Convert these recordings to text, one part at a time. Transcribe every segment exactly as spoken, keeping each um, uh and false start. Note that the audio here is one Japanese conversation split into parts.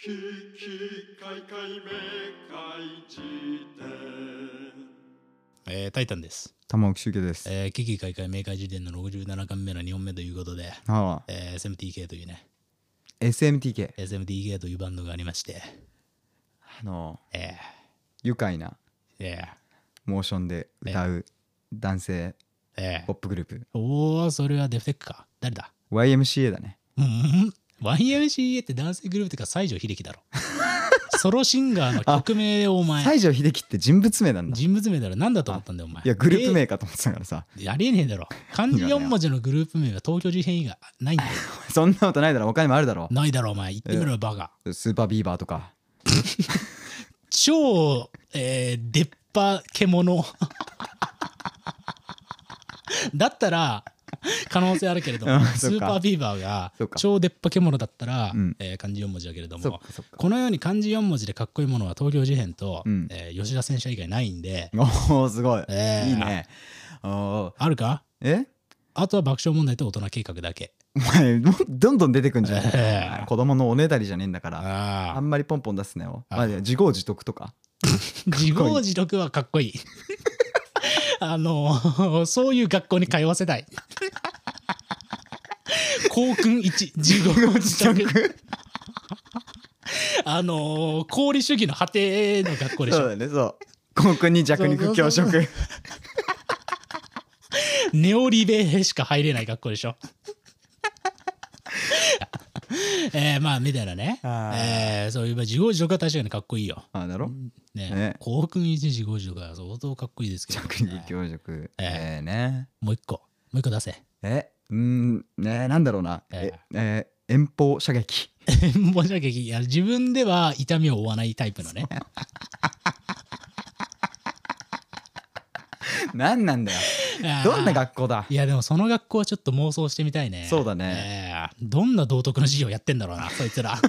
ききかいかいめかいじ典、 えー、タイタンです。 玉置周家です。 えー、危機開会明快辞典のろくじゅうななかんめのにほんめということで、 ああ、 えー、エスエムティーケー というね、 エスエムティーケー。 エスエムティーケー というバンドがありまして、 あの、 え愉快なー、えモーションで歌う男性ー、えー、 ポップグループ。 おー、それはデフテックか。誰だ？ ワイエムシーエー だね。 うん ワイエムシーエー って男性グループってか西城秀樹だろ。ソロシンガーの曲名をお前。 西城秀樹って人物名なんだ。 人物名だろ。なんだと思ったんだよ、お前。 いや、グループ名かと思ってたからさ。 えーありえねえだろ。漢字よん文字のグループ名は東京事変以外ないんだよ。 そんなことないだろ。他にもあるだろ。 ないだろ、お前。言ってみろよ、バカ。 スーパービーバーとか。 超、えー、出っ歯獣だったら可能性あるけれども、 うんスーパービーバーがそうか超出っ歯獣だったら、 うんえー漢字よん文字だけれども、 そっかそっか。 このように漢字よん文字でかっこいいものは東京事変と、 うんえー吉田戦車以外ないんで、 おお、すごい。 えーいいね。おーあるか？ えあとは爆笑問題と大人計画だけ。 お前、どどんどん出てくんじゃん。 えー子供のおねだりじゃねえんだから。ああんまりポンポン出すなよ。 あまあ、自業自得とか。 自業自得はかっこいい。あのそういう学校に通わせたい。校訓いち、自業自得。あの功利主義の果ての学校でしょ。 そうだね、そう。高校に弱肉強食。 ネオリベしか入れない学校でしょ。えー、まあみたいなね、 あーえー、そういう自業自得は確かにかっこいいよ。 あ、だろねね校訓いち自業自得は相当かっこいいですけど、 弱肉ね、 強食。 えええね。 もう一個もう一個出せ。 え、うーん、ね、なんだろうな。ええ、 えー遠方射撃。 申し訳ない。いや自分では痛みを負わないタイプのね。 なんなんだよ。 あーどんな学校だ。 いやでもその学校はちょっと妄想してみたいね。 そうだねえーどんな道徳の授業やってんだろうなそいつら。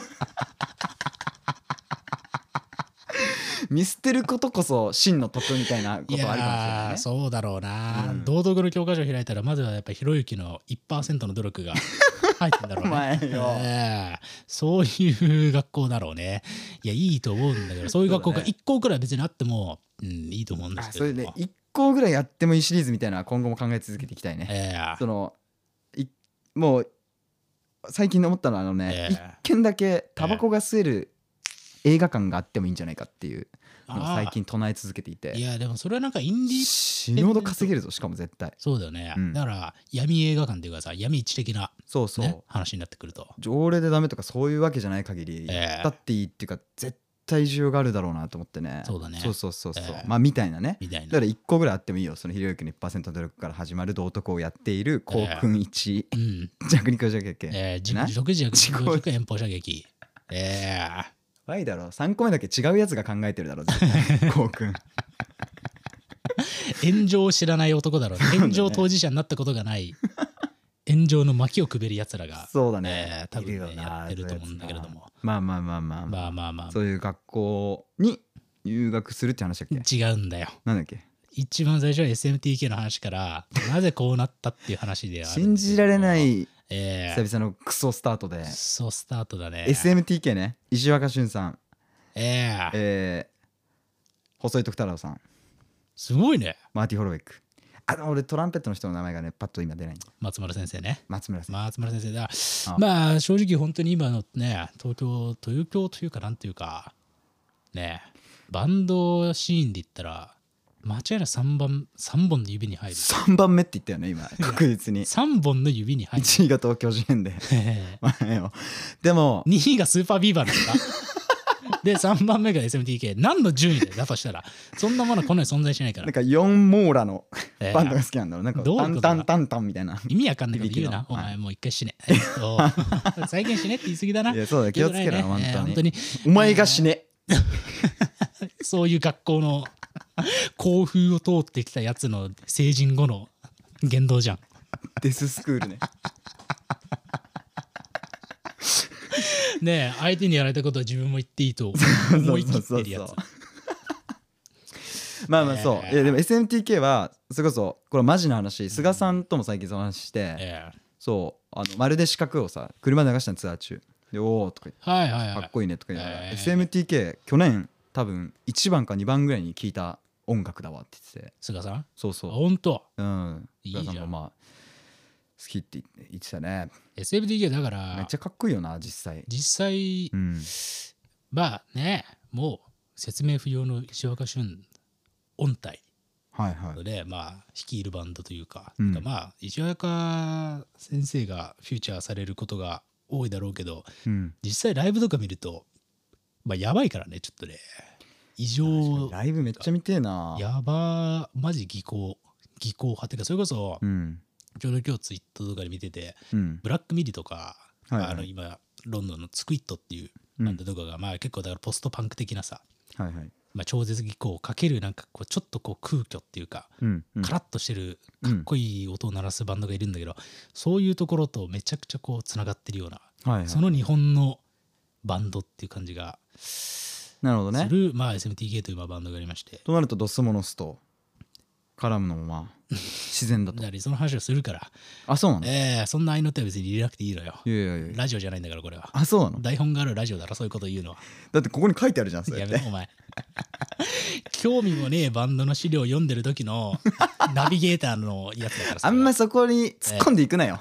見捨てることこそ真の徳みたいなこといあるかもしれないやーね。 そうだろうな、 うん道徳の教科書開いたらまずはやっぱひろゆきの いちパーセント の努力が入ってんだろうね。 お前よえーそういう学校だろうね。いやいいと思うんだけど、そういう学校がそうだねいっこくらい別にあっても、うん、いいと思うんですけども。 あ、それでいっこぐらいやってもいいシリーズみたいなのは今後も考え続けていきたいね。 えーそのいもう最近思ったのはあのね、 ええ一軒だけタバコが吸える映画館があってもいいんじゃないかっていうのをあー最近唱え続けていて、 いやでもそれはなんかインディー死ぬほど稼げるぞ。しかも絶対。 そうだよね、 うんだから闇映画館っていうかさ闇一的な、 そうそう、 ね、話になってくると。 条例でダメとかそういうわけじゃない限りええやったっていいっていうか、絶対需要があるだろうなと思ってね。 そうだねそうそうそうそう、 ええまあみたいなね。 みたいな。 だからいっこぐらいあってもいいよ。そのひろゆきの いちパーセント 努力から始まる道徳をやっている校訓いち、 うん弱肉強食系、 えー、自な自食自自己自食遠方射撃。えー、 ワイだろ。さんこめだけ違うやつが考えてるだろ絶対校訓。 炎上を知らない男だろうね。炎上当事者になったことがない炎上の巻をくべるやつらが、 そうだね、 えー多分ねいるよなやってると思うんだけれども。 まあまあまあまあ、 まあまあまあ、 そういう学校に入学するって話だっけ。 違うんだよ。 なんだっけ。 一番最初は エスエムティーケー の話からなぜこうなったっていう話であるん信ですけどじられな、いえー、 久々のクソスタートで、 そうスタートだね。 エスエムティーケー ね。石若俊さん、 えー、 えー、細井徳太郎さん、 すごいね。 マーティ・ホロウェック。あの俺トランペットの人の名前がねパッと今出ないんだ。 松村先生ね。 松村さん。 松村先生だ。 あまあ正直本当に今のね東京東京というかなんていうかねバンドシーンで言ったら間違いなくさんばんさんぼんの指に入る。 さんばんめって言ったよね今確実に。 さんぼんの指に入いる。 ちいが東京事変でえまあよでもにいがスーパービーバーなんだ。でさんばんめが エスエムティーケー。何の順位でだとしたらそんなものこの世に存在しないからなん。かよん網羅のえーバンドが好きなんだろう。なんかどういうことだタンタンタンタンみたいな。 意味わかんないこと言うな。お響きの前もう一回死ね。えっと再現死ねって言い過ぎだな。 いやそうだよ、気をつけろよくないねえー本当に本当にお前が死ね。 そういう学校の校風を通ってきたやつの成人後の言動じゃん。 デススクールね。 ねえ相手にやられたことは自分も言っていいと思い切ってるやつ。 まあまあそう、 えーいやでも エスエムティーケー はそれこそこれマジな話、菅さんとも最近その話して、 えそうあのまるで四角をさ車で流したのツアー中でおーとか言ってはいはいはいかっこいいねとか言いながら、 えーエスエムティーケー 去年多分いちばんかにばんぐらいに聞いた音楽だわって言ってて、 菅さんあそうそう、 本当うんいいじゃん菅さんもまあ好きって言ってたね。 エスエムティーケー だからめっちゃかっこいいよな実際。 実際、 うん、 まあねもう説明不要の石若俊音体はいはいで、まあ率いるバンドというか、 うんまあ石若先生がフューチャーされることが多いだろうけど、 うん実際ライブとか見るとまあやばいからねちょっとね異常ライブめっちゃ見てえな。 やばマジ技巧技巧派っていうかそれこそ、 うんちょうど今日ツイッターとかで見ててうんブラックミディとか、 はいはいあの今ロンドンのスクイットっていうバンドとかが、まあ結構だからポストパンク的なさ、 はいはいまあ、超絶技巧をかけるなんかこうちょっとこう空虚っていうか、 うんうんカラッとしてるかっこいい音を鳴らすバンドがいるんだけど、そういうところとめちゃくちゃこうつながってるような、 はいはいその日本のバンドっていう感じがなるほどね。 する、まあ、エスエムティーケー というまあバンドがありまして、 となるとドスモノスと絡むのもまあ自然だとだからその話をするからあそうなの。 ええそんな合いの手は別に入れなくていいのよ。 いやいやいやラジオじゃないんだからこれは。 あそうなの。 台本があるラジオだろそういうこと言うのは。 だってここに書いてあるじゃんそれってやめろお前。興味もねえバンドの資料を読んでる時のナビゲーターのやつだからさ。 あんまそこに突っ込んでいくなよ、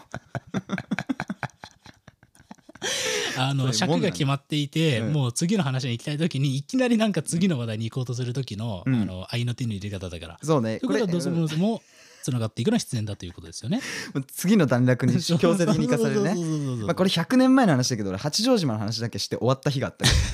あのそういうもんなんだ尺が決まっていて、 うんもう次の話に行きたい時にいきなりなんか次の話題に行こうとする時の、 うんあの合いの手の入れ方だから。 そうねこれということはドスモノスもつながっていくのは必然だということですよね。 次の段落に強制的に生かされるねそうそうそうそうそうまあこれひゃくねんまえの話だけど俺八丈島の話だけして終わった日があったけど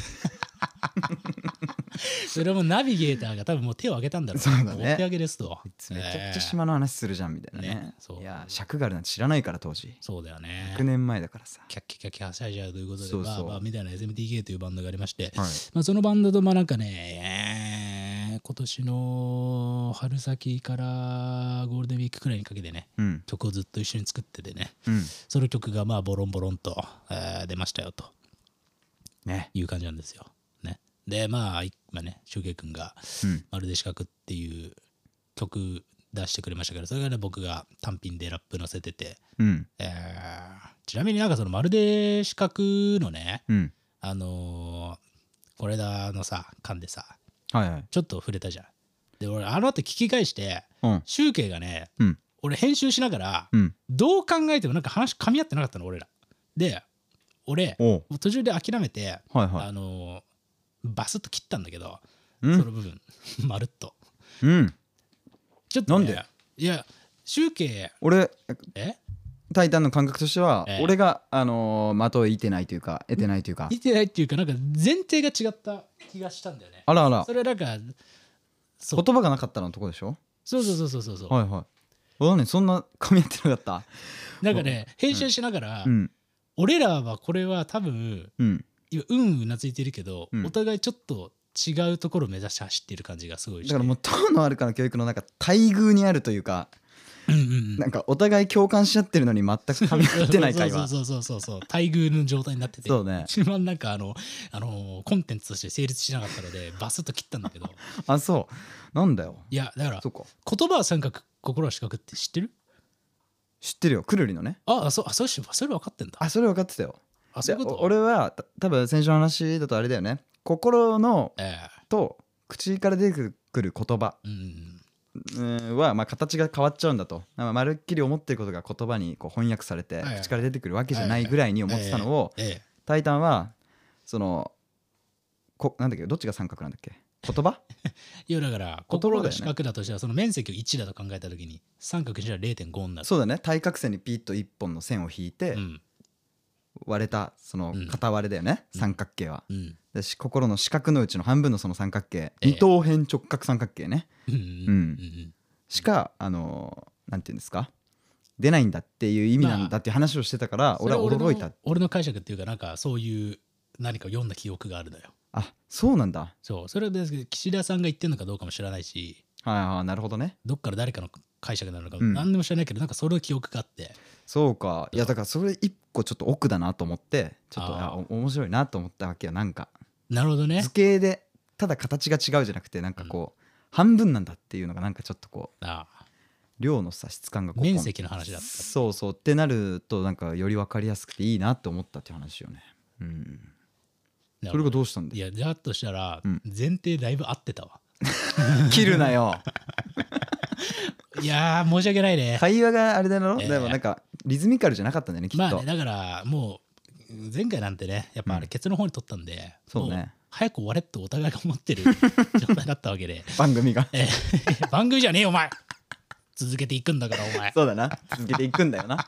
それもナビゲーターが多分もう手を挙げたんだろう。 そうだねお手上げですと。 めちゃくちゃえー島の話するじゃんみたいなねねそういや尺があるなんて知らないから当時そうだよねひゃく。ねんまえだからさキャッキャキャッキャはしゃいじゃうということで、 そうそうまあまあみたいな エスエムティーケー というバンドがありまして、 はいまあ、そのバンドとまあなんかね、えー今年の春先からゴールデンウィークくらいにかけてね、 うん曲をずっと一緒に作っててね、 うんその曲がまあボロンボロンと、えー出ましたよとねいう感じなんですよ。ね、でまあ今ねシュウケイ君がうん 「まるで四角」っていう曲出してくれましたけど、それがね僕が単品でラップ載せてて、 うんえーちなみになんかその「まるで四角」のねうんあのー、これだのさ噛んでさはいはいちょっと触れたじゃん。で俺あの後聞き返してうんシュウケイがねうん俺編集しながらうんどう考えてもなんか話噛み合ってなかったの俺ら。で俺おう途中で諦めて、 はいはいあのーバスッと切ったんだけど、 うんその部分まるっとうんちょっと、ね、 なんでいやシュウケイ俺えタイタンの感覚としては、 ええ俺があのー、的を射てないというか得てないというか見てないっていうかなんか前提が違った気がしたんだよね。 あらあらそれなんかそう言葉がなかったのとこでしょそうそうそうそうそうそう、 はいはいあねそんな噛み合ってなかったなんかね編集しながら、 うん俺らはこれは多分うん今うんうなずいてるけど、 うんお互いちょっと違うところを目指して走っている感じがすごいしてだからもう党のあるかの教育のなんか待遇にあるというかうんうんうんなんかお互い共感し合ってるのに全く噛み合ってない会話そうそうそうそうそう待遇の状態になっててそうね一番なんかあのあのコンテンツとして成立しなかったのでバスッと切ったんだけどあそうなんだよいやだからそうか言葉は三角心は四角って知ってる？ 知ってるよくるりのねああそうあそうしそれ分かってんだ。 あそれ分かってたよであそういうことお俺はた多分先週の話だとあれだよね心のえと口から出てくる言葉えうんうんはまあ形が変わっちゃうんだとまあまるっきり思ってることが言葉にこう翻訳されてはいはい口から出てくるわけじゃないぐらいに思ってたのをええタイタンはそのこなんだっけどっちが三角なんだっけ言葉いやだから言葉だよね心が四角だとしたらその面積をいちだと考えたときに三角にしたら れいてんご になる。 そうだね対角線にピッと一本の線を引いてうん割れたそのうん片割れだよね、 うん三角形は。 うんでし心の四角のうちの半分のその三角形、 ええ二等辺直角三角形ねうんうんうんしかあのーなんていうんですか出ないんだっていう意味なんだっていう話をしてたから、俺は驚いた。 それ俺の俺の解釈っていうかなんかそういう何か読んだ記憶があるのよ。 あそうなんだ。 そうそれですけど岸田さんが言ってるのかどうかも知らないしはいはいなるほどね。 どっから誰かの解釈なのかうん何でも知らないけど、なんかそれの記憶があってそうか。いやだからそれ一個ちょっと奥だなと思ってちょっとあーあお面白いなと思ったわけよ。なんかなるほどね。 図形でただ形が違うじゃなくてなんかこう、半分なんだっていうのがなんかちょっとこうあ量のさ質感がこう面積の話だった。 そうそうってなるとなんかより分かりやすくていいなって思ったっていう話よね。 うんだからそれがどうしたんだよいやだとしたらうん前提だいぶ合ってたわ、 切るなよいやー申し訳ないね。 会話があれだろ、 えーでもなんかリズミカルじゃなかったんだよねきっと、 まあねだからもう前回なんてねやっぱあれケツの方に取ったんで、 そうねも早く終われってお互いが思ってる状態だったわけで番組がえー番組じゃねえよお前続けていくんだからお前そうだな続けていくんだよな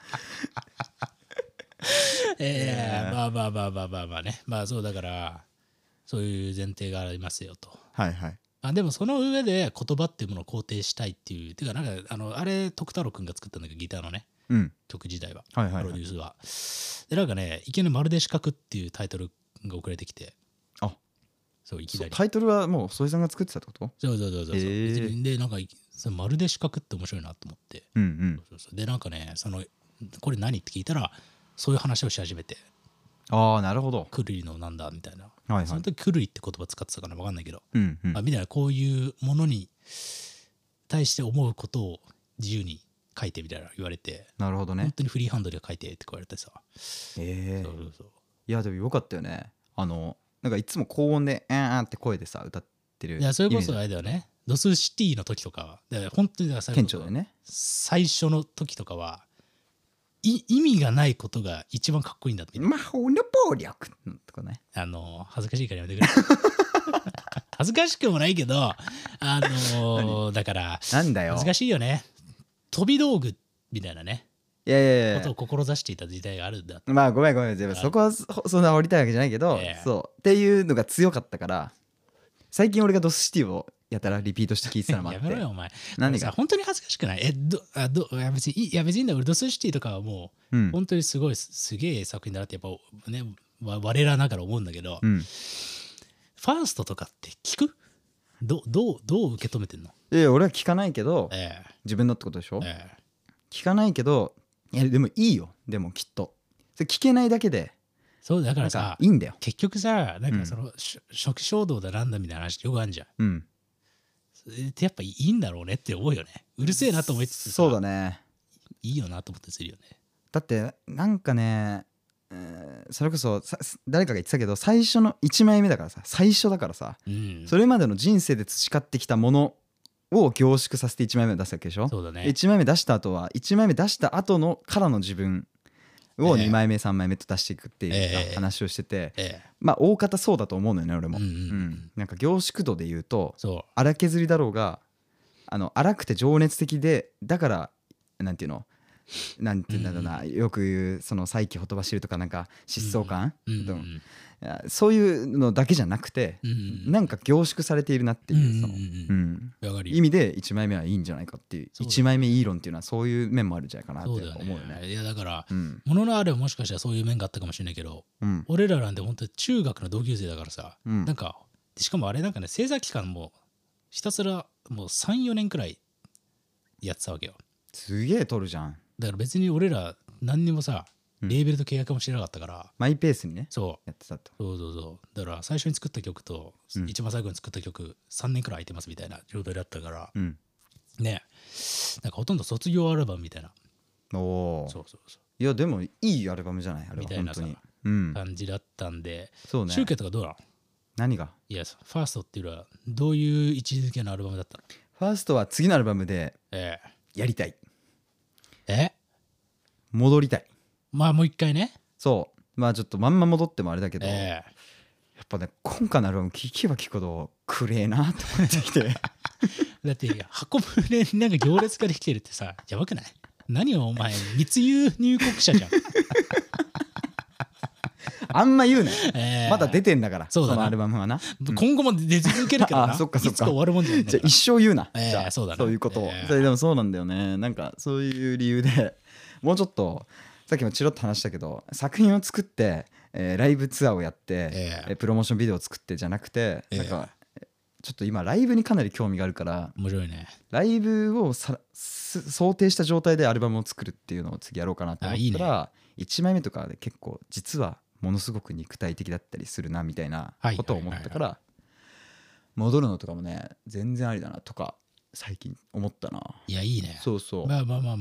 えー、まあまあまあまあまあまあねまあそうだからそういう前提がありますよと。 はいはいあでもその上で言葉っていうものを肯定したいっていうてかなんかあのあれ徳太郎くんが作ったんだけどギターのねうん曲自体は、 はいはいはいプロデュースはでなんかねいきなりまるで四角っていうタイトルが送られてきてあそういきなりタイトルはもう添さんが作ってたってことそうそうそうそう、 へー別にでなんかいそのまるで四角って面白いなと思ってうんうんそうそうでなんかねそのこれ何って聞いたらそういう話をし始めてああなるほどクルリのなんだみたいな、 はいはいその時クルリって言葉使ってたかな分かんないけど、 うんうんあみたいなこういうものに対して思うことを自由に書いてみたいな言われて、本なるほどね当にフリーハンドで書いてって言われてさ、 ええそうそうそういやでもよかったよねあのなんかいつも高音で「えーん」って声でさ歌ってるいやそれこイメージそあれだよねドスシティの時とかはだから本当にだから最顕著だよね最初の時とかはい意味がないことが一番かっこいいんだって魔法の暴力とかねあの恥ずかしいからやめてくれ恥ずかしくもないけどあのだからなんだよ難しいよね飛び道具みたいなねいやいやいやことを志していた時代があるんだまあごめんごめんでもそこはそそんな降りたいわけじゃないけど、 ええそうっていうのが強かったから最近俺がドスシティをやたらリピートして聞いてたのもあっやてめろよお前何がさ本当に恥ずかしくないえどあどいや別にいいいや別にいいんだよ俺ドスシティとかはもう、 うん本当にすごいすすげえ作品だなってやっぱねわ我らながら思うんだけど、 うんファーストとかって聞くどどうどう受け止めてんのいや俺は聞かないけどえ自分のってことでしょええ聞かないけどいやでもいいよでもきっとそれ聞けないだけでえそうだかなんからさいいんだよ結局さなんうんかその、し初期衝動だなんだみたいな話よくあるじゃんうんそれってやっぱいいんだろうねって思うよねうるせえなと思いつつさそうだねいいよなと思ってするよねだってなんかね、えーそれこそさ誰かが言ってたけど最初のいちまいめだからさ最初だからさうんそれまでの人生で培ってきたものを凝縮させていちまいめを出すわけでしょそうだねいちまいめ出した後はいちまいめ出した後のからの自分をええにまいめさんまいめと出していくっていうええ話をしててええまあ大方そうだと思うのよね俺もうんうんうんうんなんか凝縮度で言うとそ荒削りだろうがあの荒くて情熱的でだからなんていうのなんていうんだろうな、よく言うその再起ほとばしるとかなんか疾走感、 う、うんうんでもいやそういうのだけじゃなくて、 うんうんなんか凝縮されているなっていうその、 うんうんううんんわかるよ意味でいちまいめはいいんじゃないかっていうそうだねいちまいめいい論っていうのはそういう面もあるんじゃないかなってそうだよ思うよね。 ねいやだからうんもののあれはもしかしたらそういう面があったかもしれないけどうん俺らなんて本当に中学の同級生だからさ、 うんなんかしかもあれなんかね制作期間もひたすらもうさんよねんくらいやってたわけよすげえ取るじゃん。 だから別に俺ら何にもさうんレーベルと契約もしてなかったから、 マイペースにねそうやってたと。 そうそうそうだから最初に作った曲とうん一番最後に作った曲さんねんくらい空いてますみたいな状態だったからうん。 ねなんかほとんど卒業アルバムみたいなおお。 そうそうそいやでもいいアルバムじゃないあれはみたいなさ本当に。うんう。感じだったんでそうね。 集計とかどうなの何がいやファーストっていうのはどういう位置づけのアルバムだったのファーストは次のアルバムでえやりたいええ戻りたい。 まあもう一回ねそうまあちょっとまんま戻ってもあれだけど、やえっぱね今回のアルバム聴けば聴くほどくれえなって思ってきてえだって箱舟になんか行列ができてるってさやばくない何をお前密輸入国者じゃん、 あんま言うねええまだ出てんだからそうだなのアルバムはな今後も出続けるけどなあそっかそっかいつか終わるもんじゃないんだからじゃあ一生言うな、 ええじゃあそうだなそういうことを、 ええそれでもそうなんだよねなんかそういう理由でもうちょっとさっきもチロッと話したけど作品を作って、えーライブツアーをやって、 えええープロモーションビデオを作ってじゃなくて、 ええなんかちょっと今ライブにかなり興味があるから面白いねライブをさす想定した状態でアルバムを作るっていうのを次やろうかなと思ったらあいいいちまいめとかで結構実はものすごく肉体的だったりするなみたいなことを思ったから戻るのとかもね全然ありだなとか最近思ったないやいいねそうそうまあまあまあまあ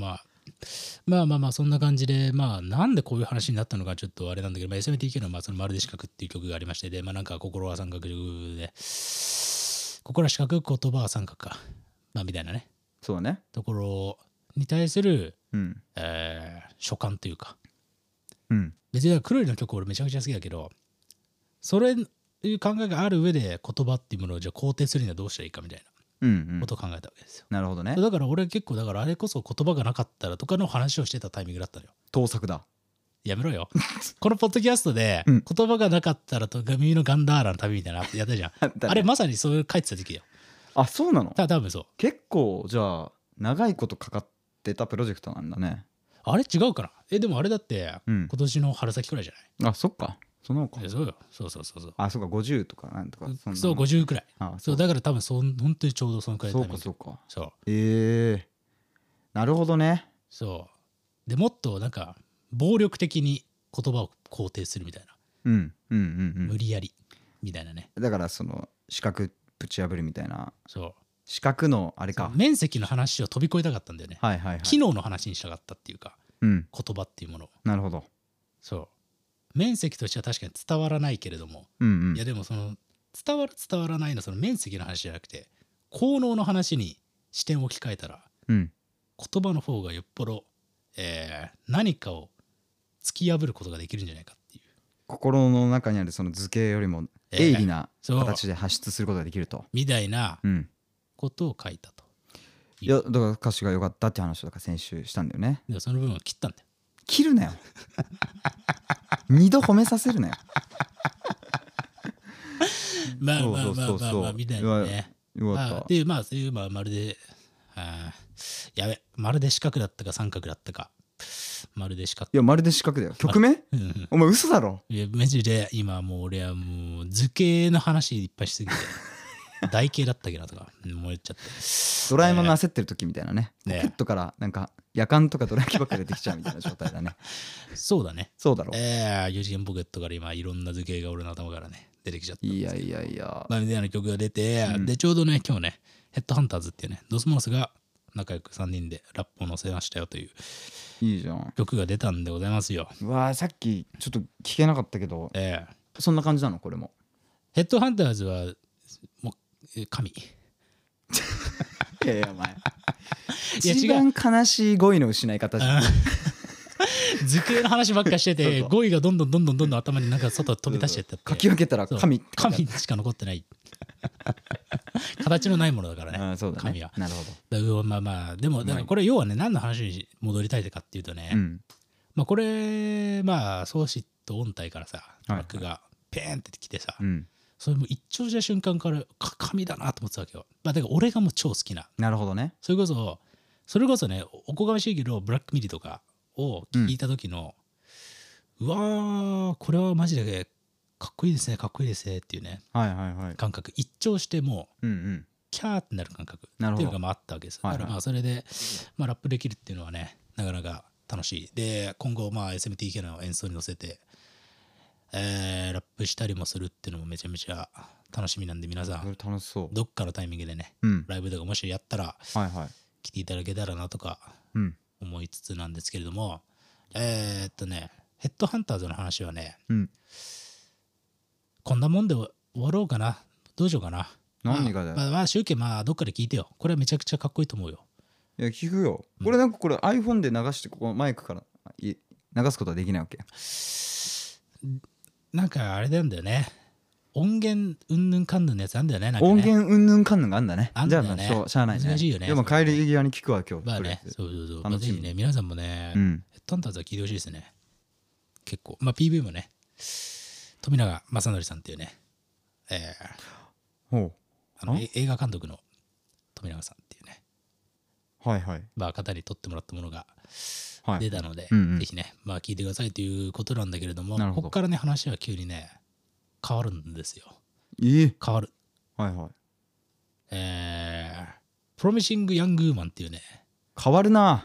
まあまあまあそんな感じで、まあなんでこういう話になったのかちょっとあれなんだけど、まあ、エスエムティーケー のまあそのまるで四角っていう曲がありまして、でまあなんか心は三角で心は四角言葉は三角か、まあみたいなねそうだね。 ところに対する、 うんえー所感というか、 うん別にクロリの曲俺めちゃくちゃ好きだけど、それいう考えがある上で言葉っていうものをじゃあ肯定するにはどうしたらいいかみたいうんうなんことを考えたわけですよ。 なるほどね。 だから俺結構だからあれこそ言葉がなかったらとかの話をしてたタイミングだったのよ。 盗作だ。 やめろよ。このポッドキャストでうん言葉がなかったらとか耳のガンダーラの旅みたいなのやったじゃん。 あったねあれまさにそういう書いてた時期よ。 あ、そうなの。 た多分そう。 結構じゃあ長いことかかってたプロジェクトなんだね。 あれ違うかな。えでもあれだってうん今年の春先くらいじゃない。 あ、そっか。そのかえ。そうよ。そうそうそうそう。 あ、そっか、ごじゅうとかなんとか。んなそうごじゅうくらい。 あ、 そうだから多分そん本当にちょうどそのくらいそうのタイミング。 かそうか。 そうええなるほどね。 そうでもっとなんか暴力的に言葉を肯定するみたいな、 うんうんうんうん無理やりみたいなね。 だからその四角ぶち破るみたいなそう四角のあれか。 そう面積の話を飛び越えたかったんだよね。 はいはいはい。 機能の話にしたかったっていうかうん言葉っていうものを。 なるほど。 そう面積としては確かに伝わらないけれども、 うんうんいやでもその伝わる伝わらないのその面積の話じゃなくて効能の話に視点を置き換えたらうん言葉の方がよっぽど、えー何かを突き破ることができるんじゃないかっていう、 心の中にあるその図形よりもえー鋭利なそう形で発出することができると。 みたいなうん。 ことを書いたと。 いやだから歌詞が良かったって話をだから先週したんだよね。 でその部分を切ったんだよ。 切るなよ。二度褒めさせるなよ。 まあまあまあそうそうそうそうまあまあみたいなね。 よかった。 まあでまあそういうまあまるであーやべまるで四角だったか三角だったかまるで四角いやまるで四角だよ。曲名？ うんうんお前嘘だろ。 いやマジで今もう俺はもう図形の話いっぱいしすぎて台形だったっけなとか思っちゃってドラえもんの焦ってる時みたいなね。ポねケットからなんか夜間とかドラ焼きばっかり出てきちゃうみたいな状態だね。 そうだね。 そうだろ。 ええ四次元ポケットから今いろんな図形が俺の頭からね出てきちゃったんですけど。 いやいやいや。 まあみたいな曲が出て、 うんでちょうどね今日ねヘッドハンターズっていうねドスモノスが仲良くさんにんでラップを載せましたよといういいじゃん。 曲が出たんでございますよ。 うわーさっきちょっと聞けなかったけど、 ええそんな感じなのこれも。 ヘッドハンターズはもうえ神。 いやいやお前。 いや一番悲しい語彙の失い方じゃん。 図形の話ばっかしてそうてそう語彙がどんどんどんどんどんどん頭になんか外飛び出してって書き分けたらそう神って書いてある。 神しか残ってない形のないものだからね。 あーそうだね。 神はなるほど。 だからまあまあでもだからこれ要はね何の話に戻りたいかっていうとね、 うん。 まあこれまあ送信と音体からさいトラックがペーンってきてさ、 うん。 それも一聴した瞬間からか神だなと思ってたわけよ。まあだから俺がもう超好きななるほどね。 それこそそれこそねおこがましいけどブラックミディとかを聞いた時の、うわーこれはマジでかっこいいですねかっこいいですねっていうねはいはいはい。 感覚一聴してもううんうん。 キャーってなる感覚ってなるほどいうのがまああったわけです。 はいはいだからまあそれで、まあ、ラップできるっていうのはねなかなか楽しい。で今後まあ エスエムティーケー の演奏に乗せて、えーラップしたりもするっていうのもめちゃめちゃ楽しみなんで皆さこれん楽しそう。 どっかのタイミングでねうん。 ライブとかもしやったらはいはい。 来ていただけたらなとかうん。 思いつつなんですけれども、えーっとねヘッドハンターズの話はねうん。 こんなもんで終わろうかなどうしようかな。 何がだよ。 まあ、まあ、まあ、集計まあどっかで聞いてよ。これはめちゃくちゃかっこいいと思うよ。 いや聞くよ。これなんかこれ iPhone で流してここマイクからい流すことはできないわけ。 なんかあれなんだよね。音源うんぬんかんぬんのやつあんだよね。なんかね音源うんぬんかんぬんがあんだね。じゃああんだよねまあしょうしゃあないね。 難しいよねでも帰り際に聞くわ今日。 まあね、 とりあえずそうそうそう。まあ、 楽しみぜひね、皆さんもね、 うん。 ヘッドハンターズは聞いてほしいですね。結構。まあ ピーブイ もね、富永正則さんっていうね、えーほああのえ映画監督の富永さんっていうね、 う。はいはい。 まあ方に撮ってもらったものがはい。 出たので、 うんうんぜひね、まあ聞いてくださいということなんだけれども、 なるほどここからね、話は急にね、変わるんですよ。 ええ。 変わる。 はいはい。 えー、プロミシング・ヤング・ウーマンっていうね、 変わるな。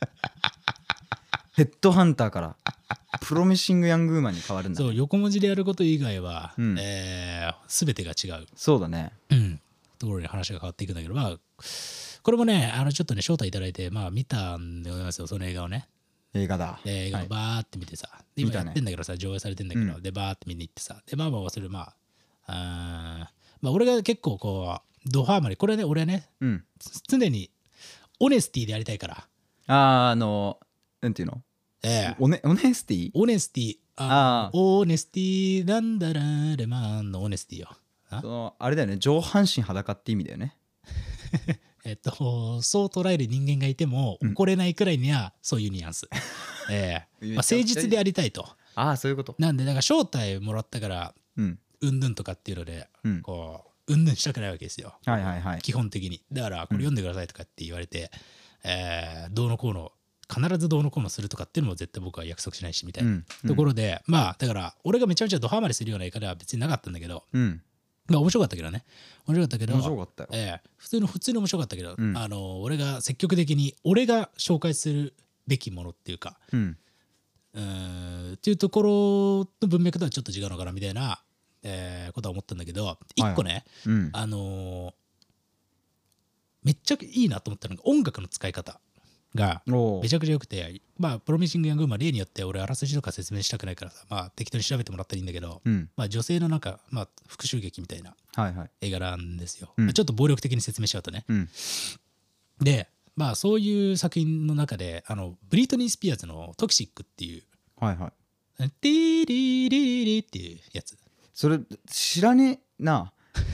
ヘッドハンターからプロミシングヤングウーマンに変わるんだ。 そう、横文字でやること以外は、 うんえー、全てが違う、 そうだね。 うん、ところに話が変わっていくんだけど、まあ、 これもねあのちょっとね招待いただいてまあ見たんでございますよその映画をね。 映画だ。 で映画をバーって見てさ、で今やってんだけどさ上映されてんだけど、 うんでバーって見に行ってさでまあまあそれまああーまあ俺が結構こうドハマりこれね俺はねうん。 常にオネスティでやりたいから。 あーあのなんていうの、 ええオネオネスティ。 オネスティああーオネスティなんだらレマンのオネスティよ。あそのあれだよね、上半身裸って意味だよね。 えっとそう捉える人間がいてもうん怒れないくらいにはそういうニュアンス。ええまあ、 めちゃくちゃいい誠実でやりたいと。 ああそういうこと。 なんでだから招待もらったからうんうんぬんとかっていうのでうん。 こううんぬんしたくないわけですよ。 はいはいはい。 基本的にだからこれ読んでくださいとかって言われて、えーどうのこうの必ずどうのこうのするとかっていうのも絶対僕は約束しないしみたいな、 うんところでまあだから俺がめちゃめちゃドハマりするような映画では別になかったんだけどうん。 まあ面白かったけどね面白かったけど面白かったよ。 ええ普通の普通に面白かったけど、 うんあの俺が積極的に俺が紹介するべきものっていうかうん。 うーんっていうところの文脈とはちょっと違うのかなみたいな、えーことは思ったんだけど一個ね、 うん。 あのーめっちゃいいなと思ったのが音楽の使い方がおめちゃくちゃ良くてまあプロミシング・ヤング・ウーマン例によって俺あらすじとか説明したくないからさまあ適当に調べてもらったらいいんだけど、 うん。 まあ、女性のなんか、まあ、復讐劇みたいなはいはい。 映画なんですよ、 うんまあちょっと暴力的に説明しちゃうとねうん。 でまあそういう作品の中であのブリトニー・スピアーズの「トキシック」っていうはいはい。 「ティリリリリ」っていうやつそれ知らねえな。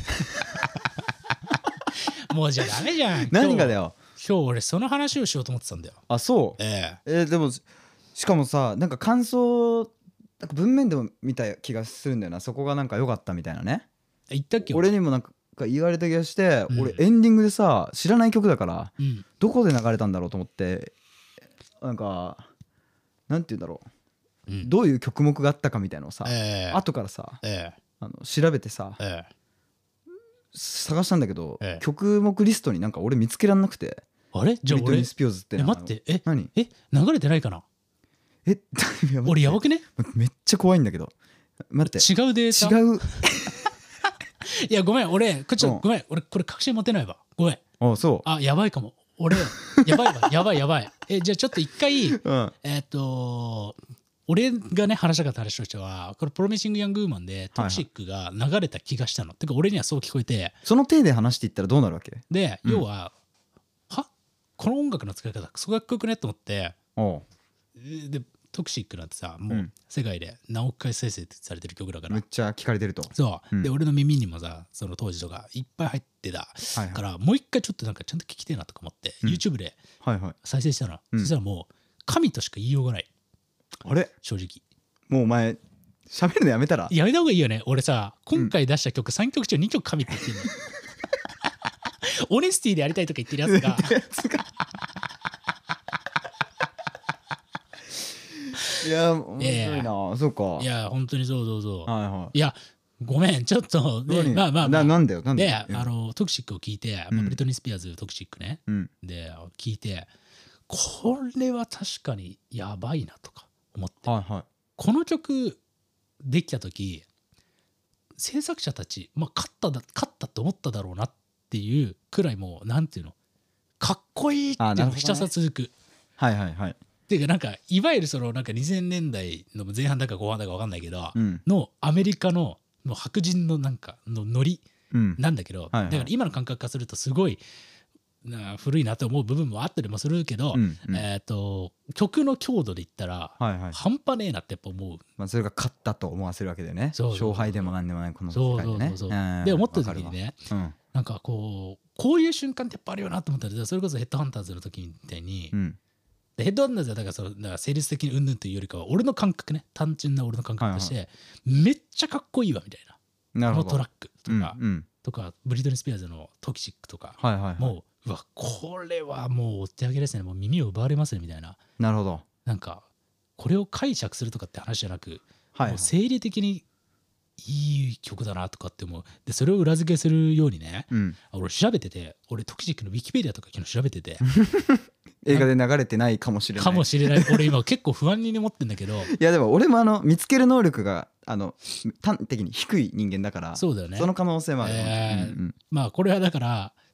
もうじゃあダメじゃん何がだよ。 今日俺その話をしようと思ってたんだよあそう。 えええーでもしかもさなんか感想なんか文面でも見た気がするんだよな。そこがなんか良かったみたいなね。 言ったっけ俺にもなんか言われた気がして、 うん俺エンディングでさ知らない曲だからうんどこで流れたんだろうと思ってなんかなんて言うんだろう、 うんどういう曲目があったかみたいなのをさ、 ええ後からさええあの調べてさええ探したんだけど、 ええ曲目リストになんか俺見つけらんなくて。 あれじゃあ俺ブリトニー・スピオーズってえな待ってえ何え流れてないかなえやば俺やばくねめっちゃ怖いんだけど待って違うデータ違ういやごめん俺これちょっうんとごめん俺これ確信持てないわごめんあそうあやばいかも俺やばいわやばいやばいえじゃあちょっと一回うんえっと俺がね話したかった話としてはこれプロミシング・ヤング・ウーマンでトキシックが流れた気がしたの、てか俺にはそう聞こえてその体で話していったらどうなるわけ？ で、 うん要ははこの音楽の使い方クソかっこよくねと思っておうでトキシックなんてさもううん世界で何億回再生されてる曲だから、 めっちゃ聞かれてると。 そう、 うんで俺の耳にもさその当時とかいっぱい入ってたはいはいからもう一回ちょっとなんかちゃんと聞きてえなとか思って、 うん YouTube ではいはい。 再生したの、 うんそしたらもう神としか言いようがないあれ正直もうお前喋るのやめたら？ やめた方がいいよね俺さ今回出した曲さんきょく中にきょく神って言ってんのオネスティでやりたいとか言ってるやつがやつがいや面白いな。そうか。 いや本当にそうそうそう、 はいはいやごめんちょっとい。 で何まあまあまあななんだよなんでだよ。 あのトキシックを聞いて、 うんまあブリトニー・スピアーズトキシックねうんで聞いてこれは確かにやばいなとか思って、 はいはい。 この曲できた時制作者たち、まあ、勝っただ勝ったって思っただろうなっていうくらいもうなんていうのかっこいいっていうのがひたすら続く。 はいはいはい。 っていうかなんかいわゆるそのなんかにせんねんだいの前半だか後半だか分かんないけど、 うんのアメリカのの白人のなんかのノリうん。 なんだけど、 はいはいだから今の感覚化するとすごいな古いなと思う部分もあったりもするけど、 うんうんえっ、と曲の強度で言ったら、 はいはい。 半端ねえなってやっぱ思う。 まあそれが勝ったと思わせるわけだよね。 そうそうそう勝敗でもなんでもないこのそう世界でね。 そうそうそう。 んで思った時に。 わねかるわなんかこうこういう瞬間ってやっぱあるよなと思ったらそれこそヘッドハンターズの時みたいに、 うん。うん。 でヘッドハンターズはだからそのだから生理的にうんぬんというよりかは俺の感覚ね単純な俺の感覚として、めっちゃかっこいいわみたいななるほど。 このトラックとか、 うんうん。 とかブリトニー・スピアーズのトキシックとか、 はいはいはい。 もううわこれはもうお手上げですねもう耳を奪われますねみたいななるほど。 なんかこれを解釈するとかって話じゃなく、 はいはいもう生理的にいい曲だなとかって思うでそれを裏付けするようにね、 うん。 俺調べてて俺トキシックのウィキペディアとか昨日調べてて映画で流れてないかもしれない。 かもしれない俺今結構不安に思ってんだけどいやでも俺もあの見つける能力があの端的に低い人間だからそうだよねその可能性もある。 えーうんうんまあこれはだから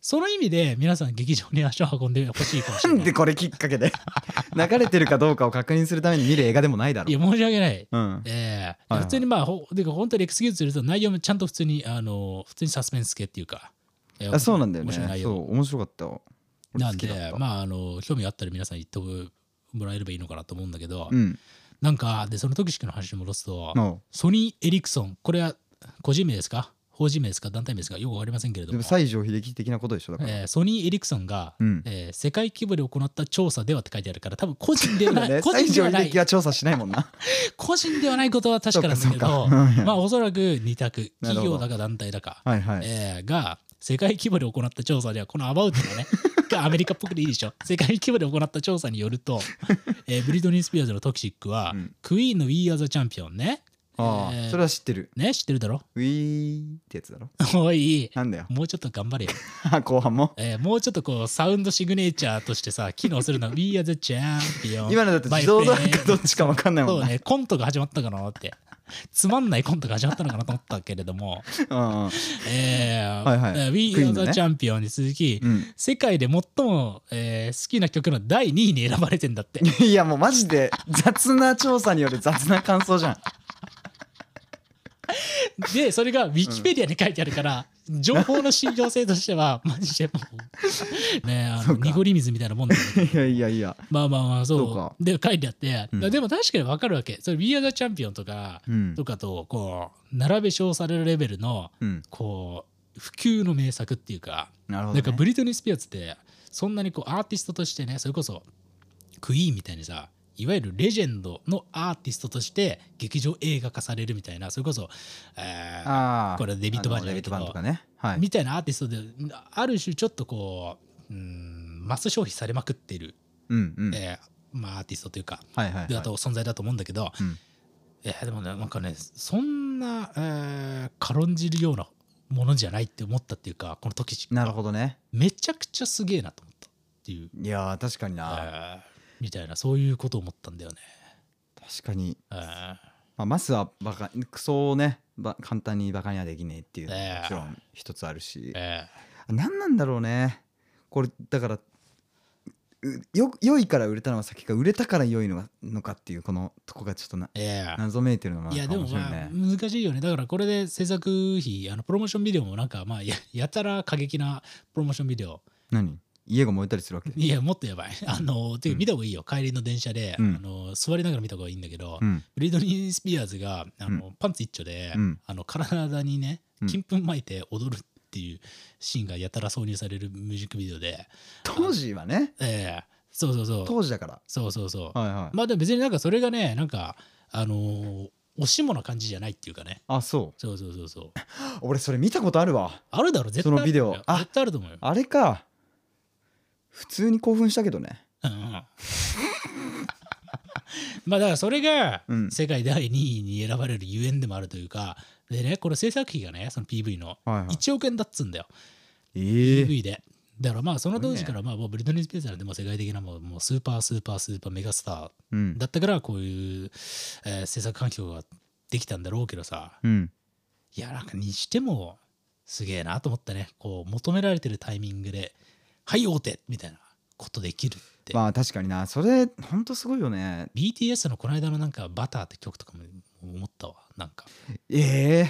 その意味で皆さん劇場に足を運んでほしいかもしれない。 なんでこれきっかけで流れてるかどうかを確認するために見る映画でもないだろいや申し訳ない。 うんええはいはい普通にまあほてか本当にエクスキューズすると内容もちゃんと普通にあの普通にサスペンス系っていうか、えーあそうなんだよね面白い内容そう面白かったよ俺なん好きだったでまああの興味あったら皆さん言ってもらえればいいのかなと思うんだけど、 うんなんかでそのトキシックの話に戻すと、 のソニー・エリクソン、これは個人名ですか法人名ですか団体名ですかよくわかりませんけれども、 でも西城秀樹的なことでしょだから、 えーソニー・エリクソンが、 うんえー世界規模で行った調査ではって書いてあるから多分個人ではない、 ね、 個西城人ではない秀樹は調査しないもんな個人ではないことは確かなんだけそうかどそうかまあおそらくに択なるほど企業だか団体だか、 はいはい、 えーが世界規模で行った調査ではこのアバウトのねがアメリカっぽくていいでしょ世界規模で行った調査によると、えーブリトニー・スピアーズのトキシックは、 うんクイーンの We Are the Champion ねああ、 えーそれは知ってるね知ってるだろウィーってやつだろおいなんだよもうちょっと頑張れよ、 後半もえーもうちょっとこうサウンドシグネチャーとしてさ機能するのは We Are the Champion 今のだと自動ドアかどっちか分かんないもんな、 そうねコントが始まったかなってつまんないコントが始まったのかなと思ったけれどもうんうんえーはいはいえー We クイー Are ンの the ね Champion に続き、 うん世界で最も、えー好きな曲のだいにいに選ばれてんだっていやもうマジで雑な調査による雑な感想じゃんでそれがウィキペディアに書いてあるから、情報の信憑性としてはマジでもうねあそうかの濁り水みたいなもんだよねいやいやいやまあまあまあそうそうかで書いてあって、 うんでも確かに分かるわけそれ We Are the Champion とか、 うんとかとこう並べ称されるレベルのうんこう普及の名作っていうか、 なるほど、ね、 なんかブリトニー・スピアーズってそんなにこうアーティストとしてねそれこそクイーンみたいにさいわゆるレジェンドのアーティストとして劇場映画化されるみたいなそれこそ、えーああこれデビッド・バーンじゃないけどデビッド・バーンとかねはいみたいなアーティストである種ちょっとこううんマス消費されまくっている、 うんうん、 えーまあ、アーティストというかはいはいはいであと存在だと思うんだけど、 うんえーでもねなんかねそんな、えー軽んじるようなものじゃないって思ったっていうかこの時なるほどねめちゃくちゃすげえなと思ったっていう、 いやー確かにな、 えーみたいなそういうことを思ったんだよね。 確かに、 えーまあ、マスはバカクソをねば簡単にバカにはできねえっていうのええはもちろん一つあるし、 え何なんだろうねこれだからうよ良いから売れたのは先か売れたから良いのがのかっていうこのとこがちょっとなーえー謎めいてるのもなんかいやでもまあ面白いね難しいよねだからこれで制作費あのプロモーションビデオもなんかまあややたら過激なプロモーションビデオ何家が燃えたりするわけいやもっとやばいあのていうか見た方がいいよ、帰りの電車で、 うんあの座りながら見た方がいいんだけど、 うんブリトニー・スピアーズがあの、パンツ一丁で、 うんあの体にねうん金粉巻いて踊るっていうシーンがやたら挿入されるミュージックビデオで当時はねええそうそうそう当時だからそうそうそう、 はいはいまあでも別になんかそれがねなんかあのーおしもな感じじゃないっていうかねあそうそうそうそうそう俺それ見たことあるわあるだろ絶対あるそのビデオと思うよあ絶対あると思うよあれか普通に興奮したけどねうんうんまあだからそれがうん世界だいにいに選ばれるゆえんでもあるというかでねこれ制作費がねその ピーブイ のはいはいいちおくえんだっつうんだよ、 えピーブイ でだからまあその当時からまあもうブリトニー・スピアーズなんてもう世界的なもうもうスーパースーパースーパーメガスターうんだったからこういう、えー制作環境ができたんだろうけどさうんいやなんかにしてもすげえなと思ったねこう求められてるタイミングで「はい大手!」みたいなことできるって、 まあ確かになそれほんとすごいよねビーティーエス のこの間のなんか「バター」って曲とかも思ったわなんかえ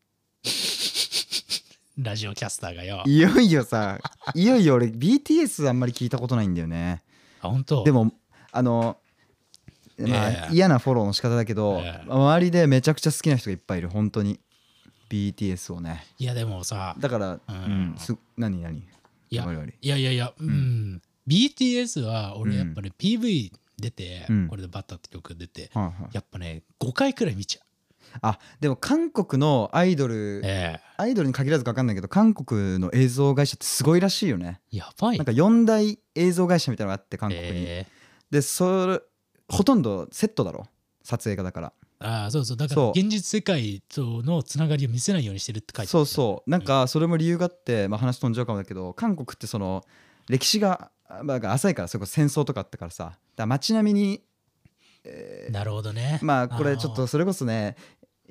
ラジオキャスターがよえいよいよさいよいよ俺 ビーティーエス あんまり聞いたことないんだよねあ本当でもあのまあ、 ええ嫌なフォローの仕方だけど、 ええ周りでめちゃくちゃ好きな人がいっぱいいる本当に ビーティーエス をねいやでもさだから、 ううんんす何何いや我々 いやいやいやうん ビーティーエス は俺やっぱね ピーブイ 出てうんこれで「バター」って曲出てはいはいやっぱねごかいくらい見ちゃうあでも韓国のアイドル、 えアイドルに限らずか分かんないけど韓国の映像会社ってすごいらしいよねえやばいなんかよん大映像会社みたいなのがあって韓国に、 ええでそれほとんどセットだろ撮影がだからああそうそうだからそう現実世界とのつながりを見せないようにしてるって書いてあるそうそうなんかそれも理由があって、まあ、話飛んじゃうかもだけど韓国ってその歴史が、まあ、浅いからそれこそ戦争とかあったからさだから街並みになるほどねまあこれちょっとそれこそね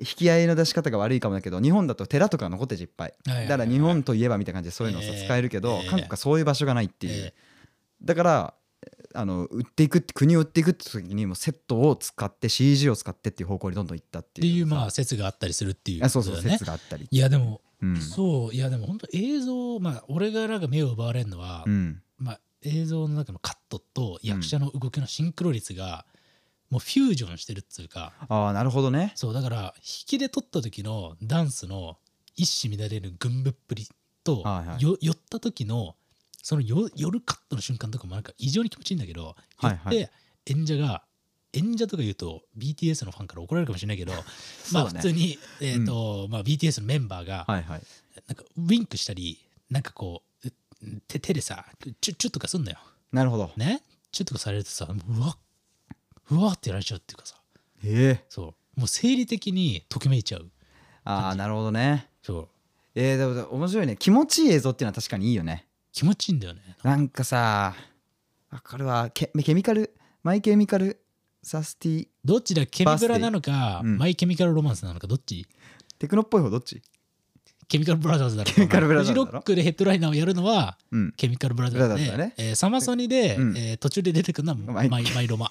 引き合いの出し方が悪いかもだけど日本だと寺とか残ってるいっぱい、 はいはいはいはいだから日本といえばみたいな感じでそういうのをさ、 えー使えるけど、 えー韓国はそういう場所がないっていう、 えだからあの売っていくって国を売っていくって時にもうセットを使って シージー を使ってっていう方向にどんどん行ったっていうっていうまあさ説があったりするっていうあそうそうことだよね説があったりいやでも、 うんそういやでも本当映像まあ俺がなんか目を奪われるのは、 うんまあ、映像の中のカットと役者の動きのシンクロ率がもうフュージョンしてるっつうか、 ああなるほどねそうだから引きで撮った時のダンスの一糸乱れる群舞っぷりと、 はいはいよ寄った時のそのよ寄るカットの瞬間とかもなんか異常に気持ちいいんだけど、寄はいはいって演者が演者とか言うと ビーティーエス のファンから怒られるかもしれないけど、まあそうだね普通に、えーとまあ、ビーティーエス のメンバーがはいはいなんかウィンクしたりなんかこう手手でさチュッチュッとかすんのよなるほどねチュッとかされるとさうわうわってやられちゃうっていうかさええそうもう生理的にときめいちゃうああなるほどねそうえー、でも面白いね気持ちいい映像っていうのは確かにいいよね気持ちいいんだよねなんかさわかるわケケミカルマイケミカルサスティどっちだケミブラなのか、 うんマイケミカルロマンスなのかどっちテクノっぽい方どっちケミカルブラザーズだろケミカルブラザーズだろフジロックでヘッドライナーをやるのはうんケミカルブラザーズで、 ブラザーズだねえーサマソニで、 うんえー途中で出てくるのはマイマイマイロマ、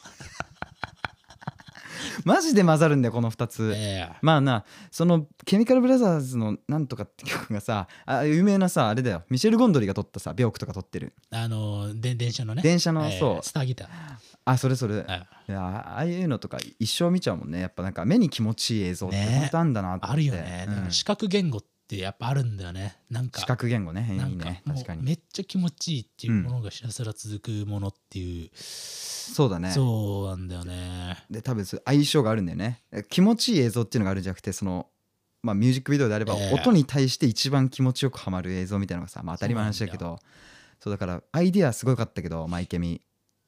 マジで混ざるんだよこのふたつ、 えーまあなそのケミカルブラザーズのなんとかって曲がさあ有名なさあれだよミシェル・ゴンドリが撮ったさビョークとか撮ってるあので電車のね電車のえーそうスターギター、 あそれそれえいやああいうのとか一生見ちゃうもんねやっぱなんか目に気持ちいい映像ってね本当あんだなと思って、 あるよね、 うんだから視覚言語ってやっぱあるんだよねなんか視覚言語ねいいなんかもうね確かにめっちゃ気持ちいいっていうものがひたすら続くものっていう、 そうだねそうなんだよねで多分そう相性があるんだよね気持ちいい映像っていうのがあるんじゃなくてそのまあミュージックビデオであればええ音に対して一番気持ちよくハマる映像みたいなのがさ、まあ、当たり前の話だけどそうだからアイディアすごかったけどマイケミ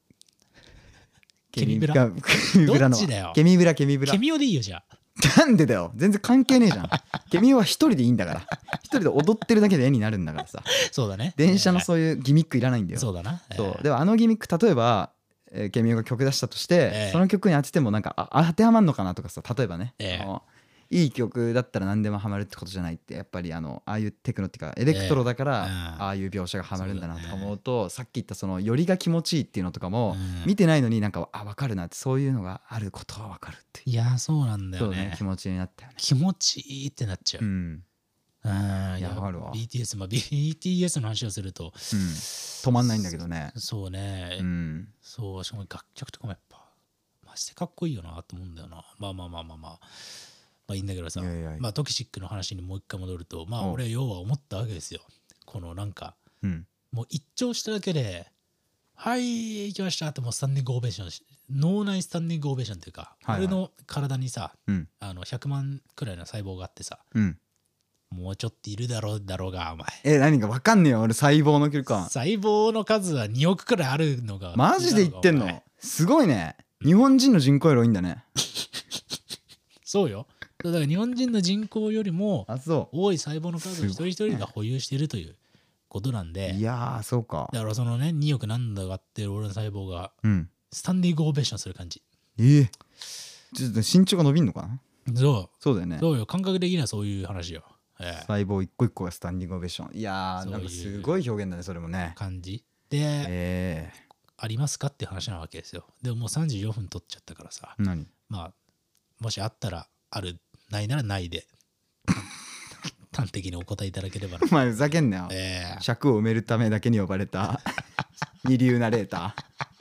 ケミブラがケミブラのどっちだよケミブラケミブラケミオでいいよじゃあなんでだよ全然関係ねえじゃんケミオは一人でいいんだから一人で踊ってるだけで絵になるんだからさそうだね電車のう、 そういうギミックいらないんだよそうだなそうえでもあのギミック例えば、えーケミオが曲出したとして、 ええその曲に当ててもなんかあ当てはまんのかなとかさ例えばね、 ええあのいい曲だったら何でもハマるってことじゃないってやっぱりあのああいうテクノっていうかエレクトロだから、 ええうんああいう描写がハマるんだなとかそうだね思うとさっき言ったそのよりが気持ちいいっていうのとかも、 うん見てないのになんかあ分かるなってそういうのがあることは分かるっていういやそうなんだよねそうね気持ちになったよね気持ちいいってなっちゃう、 うんうん、 いやわかるわビーティーエス、まあ、ビーティーエス の話をすると、 うん止まんないんだけどねそうね、 うんそうしかも楽曲とかもやっぱマジでかっこいいよなと思うんだよなまあまあまあまあまあまあいいんだけどさいやいやいやまあトキシックの話にもう一回戻るとまあおう俺は要は思ったわけですよこのなんかうんもう一聴しただけではい行きましたってもうスタンディングオベーションし脳内スタンディングオベーションっていうか、 はいはい俺の体にさうんあのひゃくまんくらいの細胞があってさうんもうちょっといるだろうだろうがお前え何か分かんねえよ俺細胞の距離感細胞の数はにおくくらいあるのがマジで言ってんお前のすごいね日本人の人口より多いんだねそうよだから日本人の人口よりもあそ多い細胞の数を一人一人が保有しているということなんうでいやーそうかだからそのねにおくなんだかってる俺の細胞がうんスタンディングオベーションする感じえー、ちょっと身長が伸びんのかなそそうだよねうそうよ感覚的にはそういう話よ、ええ細胞一個一個がスタンディングオベーションいやーそういうなんかすごい表現だねそれもね感じで、 えありますかっていう話なわけですよでももうさんじゅうよんぷん取っちゃったからさー、何まあもしあったらあるないならないで端的にお答えいただければなお前ふざけんなよええ尺を埋めるためだけに呼ばれた二流ナレータ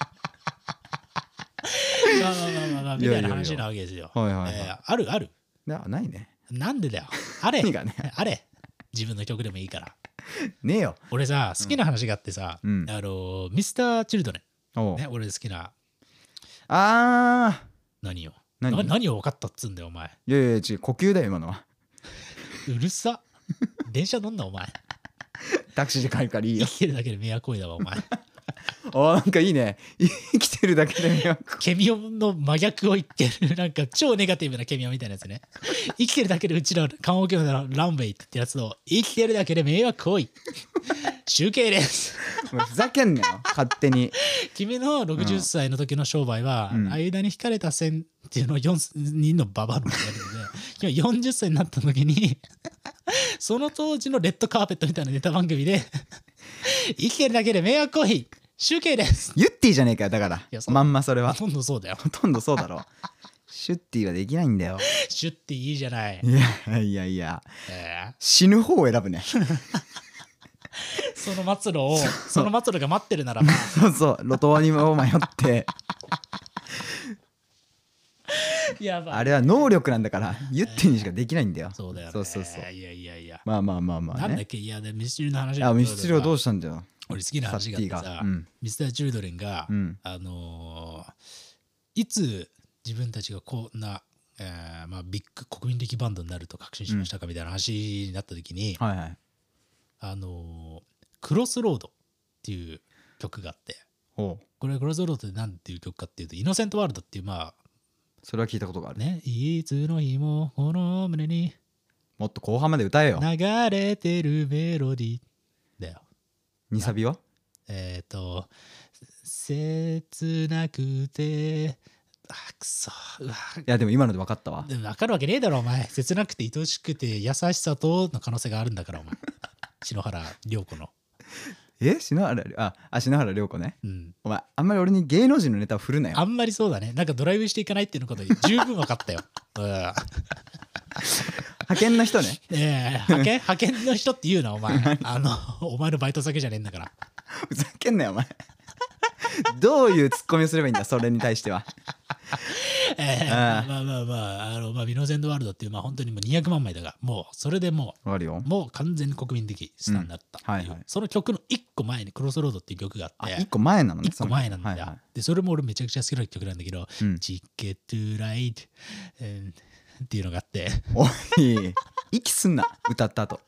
まあまあまあまあまあみたいな話なわけですよ。 いやいやはいはいはいえーあるあるーいやないねなんでだよ。あれ何がねあれ自分の曲でもいいから。 ねえよ俺さ好きな話があってさ、 うんあのミスターチルドレおうンね俺好きなあ何よ何な何を分かったっつうんだよお前。 ーいやいや違う呼吸だよ今のはうるさ電車乗んなお前。 タクシーで帰るからいいよ生きてるだけで迷惑行為だわお前。 あーなんかいいね生きてるだけで迷惑ケミオの真逆を言ってるなんか超ネガティブなケミオみたいなやつね。生きてるだけでうちら棺桶のランウェイってやつを生きてるだけで迷惑行為集計ですお前ふざけんなよ勝手に君のろくじゅっさいの時の商売は、 うん間に引かれた線っていうのをよんにんのババアのやるので今よんじゅっさいになった時にその当時のレッドカーペットみたいなネタ番組で生きてるだけで迷惑行為集計ですユッティじゃねえかよだからやそうまんまそれはほとんどそうだよほとんどそうだろシュッティはできないんだよシュッていいじゃない、 いやいやいやえー死ぬ方を選ぶねその末路をその末路が待ってるならばそうそう路頭にも迷ってやばいあれは能力なんだからユッティにしかできないんだよそうだよねそうそうそういやいやいやまあまあまあまあなんだっねけいやでミスチルの話あミスチルはどうししたんだよ俺好きな話があってさ、 サッティがうんミスターチルドレンが、 うんあのーいつ自分たちがこんな、えーまあ、ビッグ国民的バンドになると確信しましたかみたいな話になった時に、 はいはいあのークロスロードっていう曲があって、 ほうこれクロスロードって何ていう曲かっていうとイノセントワールドっていうまあそれは聞いたことがあるねいつの日もこの胸にもっと後半まで歌えよ流れてるメロディーだよ。 にサビはえっ、ー、と切なくてあくそうわいやでも今ので分かったわでも分かるわけねえだろお前切なくて愛しくて優しさとの可能性があるんだからお前篠原涼子のえ篠原ああ篠原涼子ねうんお前あんまり俺に芸能人のネタを振るなよあんまりそうだねなんかドライブしていかないっていうのことで十分分かったよ、うん、 派遣の人ねええ派遣派遣の人って言うなお前あのお前のバイト先じゃねえんだからふざけんなよお前どういうツッコミをすればいいんだそれに対してはええああまあまあまああのまあビノセントワールドっていうまあ本当にもうにひゃくまんまいだがもうそれでもわかるようもう完全に国民的スターになったっていう、 うんはいはいその曲のいっこまえにクロスロードっていう曲があってあ一個前なのねいっこまえなんだよ、 そのはいはいでそれも俺めちゃくちゃ好きな曲なんだけどうん 「チケットライト」っていうのがあっておい息すんな歌った後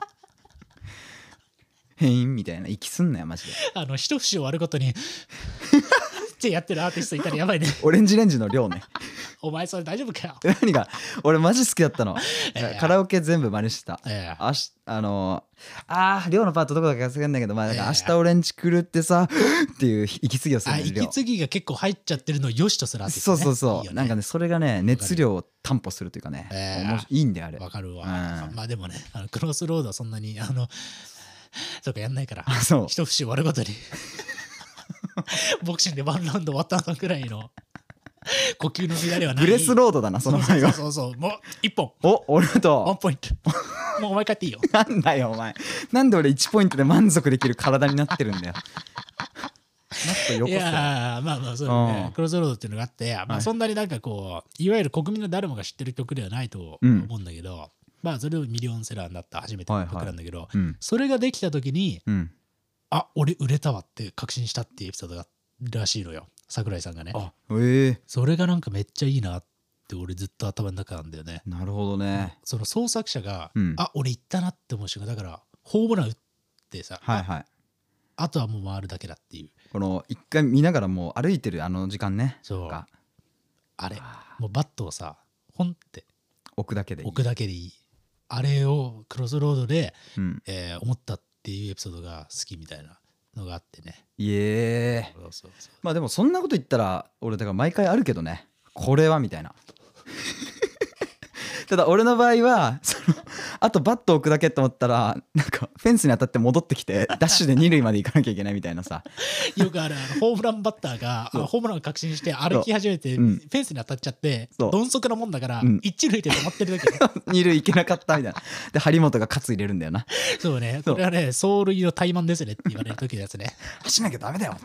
変異みたいな息すんなよマジであの一節終わるごとにってやってるアーティストいたらやばいねオレンジレンジの量ねお前それ大丈夫かよ、 何が俺マジ好きだったの、 ええカラオケ全部真似してたええあしあのー、あー量のパートどこだか忘れんだけどまあなんかええ明日俺んち来るってさっていう息継ぎをするあのよ息継ぎが結構入っちゃってるのを良しとするアーティスト、ね、 そうそうそういいよねなんかねそれがね熱量を担保するというかね、 ええおもしいいんだよあれわかるわ、 うんまあでもねあのクロスロードはそんなにあのとかやんないからあそう一節終わるごとにボクシングでワンラウンド終わった後ぐらいの呼吸の乱れはないブレスロードだなその前はそうそうそうそうもう一本お俺ワンとポイントもうお前帰っていいよなんだよお前なんで俺いちポイントで満足できる体になってるんだよもっとよこいせやーまあまあそうだうねんクロスロードっていうのがあって、まあ、 はいそんなになんかこういわゆる国民の誰もが知ってる曲ではないと思うんだけど、まあそれをミリオンセラーになった初めての曲なんだけど、 うんそれができた時にうんあ俺売れたわって確信したっていうエピソードがあるらしいのよ桜井さんがね。 あええそれがなんかめっちゃいいなって俺ずっと頭の中なんだよね。 なるほどねその創作者が、 うんあ俺行ったなって思う瞬間だからホームラン打ってさ、 はいはいあとはもう回るだけだっていうこの一回見ながらもう歩いてるあの時間ねそうかあれもうバットをさポンって置くだけでいい置くだけでいいあれをクロスロードで、 うんえー思ったっていうエピソードが好きみたいなのがあってね。 いえそうそうそうまあでもそんなこと言ったら俺だから毎回あるけどねこれはみたいなただ俺の場合はそのあとバット置くだけと思ったらなんかフェンスに当たって戻ってきてダッシュで二塁まで行かなきゃいけないみたいなさよくあるあのホームランバッターがあのホームランを確信して歩き始めて、 うんフェンスに当たっちゃってそう鈍足なもんだから、 うん一塁で止まってるだけで二塁行けなかったみたいなで張本が喝入れるんだよなそうねそうこれはね走塁の怠慢ですねって言われる時のやつね走んなきゃダメだよ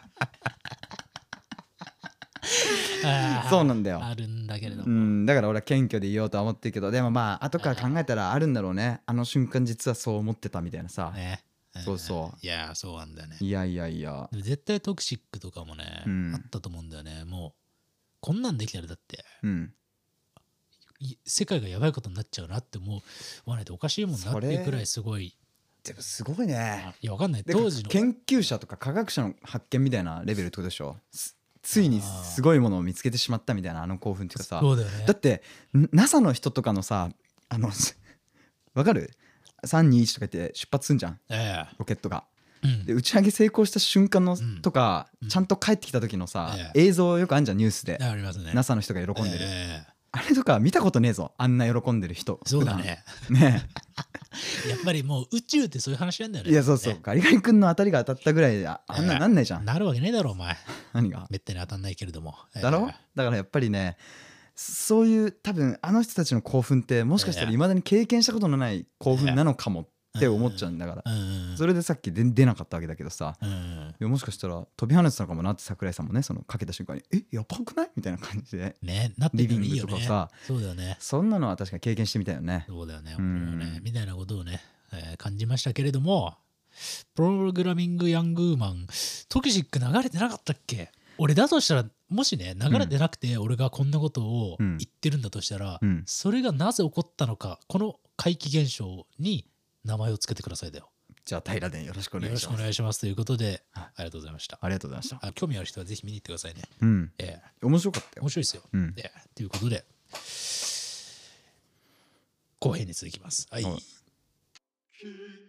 あーそうなんだよあるんだけれども、 うんだから俺は謙虚でいようとは思ってるけどでもまあ後から考えたらあるんだろうねあの瞬間実はそう思ってたみたいなさ、 ねそうそうんいやそうなんだよねいやいやいやでも絶対トクシックとかもね、 うんあったと思うんだよねもうこんなんできたらだってうんい世界がやばいことになっちゃうなって思わないとおかしいもんなっていうくらいすごいでもすごいねいやわかんないで当時の研究者とか科学者の発見みたいなレベルってことでしょつついにすごいものを見つけてしまったみたいなあの興奮っていうかさそうだよねだって ナサ の人とかのさあのわかるさんにいちとか言って出発すんじゃんえロケットがえうんで打ち上げ成功した瞬間のうんとか、 うんちゃんと帰ってきた時のさ、 え映像よくあんじゃんニュースで、 ありますねナサ の人が喜んでる、 えあれとか見たことねえぞ、あんな喜んでる人。 そうだね。 普段ねやっぱりもう宇宙ってそういう話なんだよね。 いやそうそう、 ねガリガリ君の当たりが当たったぐらいでああんななんないじゃん。 なるわけねえだろお前。 何がめったに当たんないけれども。 だろ、だからやっぱりね、そういう多分あの人たちの興奮ってもしかしたらいまだに経験したことのない興奮なのかもって思っちゃうんだから、 うんうんそれでさっきで出なかったわけだけどさ、 うんいやもしかしたら飛び跳ねてたのかもなって桜井さんもね、そのかけた瞬間にえやばくないみたいな感じで、 ね、なってリビンるのいいよね。 グとかさ、 そうだよね。 そんなのは確かに経験してみたいよね。 そうだよね。 うん面白いよね。みたいなことをね、えー感じましたけれども、プログラミングヤングウーマン、トキシック流れてなかったっけ？俺だとしたら、もしね、流れてなくて俺がこんなことを言ってるんだとしたら、 うんそれがなぜ起こったのか、この怪奇現象に名前をつけてくださいだよ。 じゃあ平田よろしくお願よろしくおいします。 願いしますということで、 はいありがとうございました。 ありがとうございました。 あ興味ある人はぜひ見に行ってくださいね。 うん、 え面白かったよー面。白いですよ。 うんえーということで、後編に続きます。はい。 はいき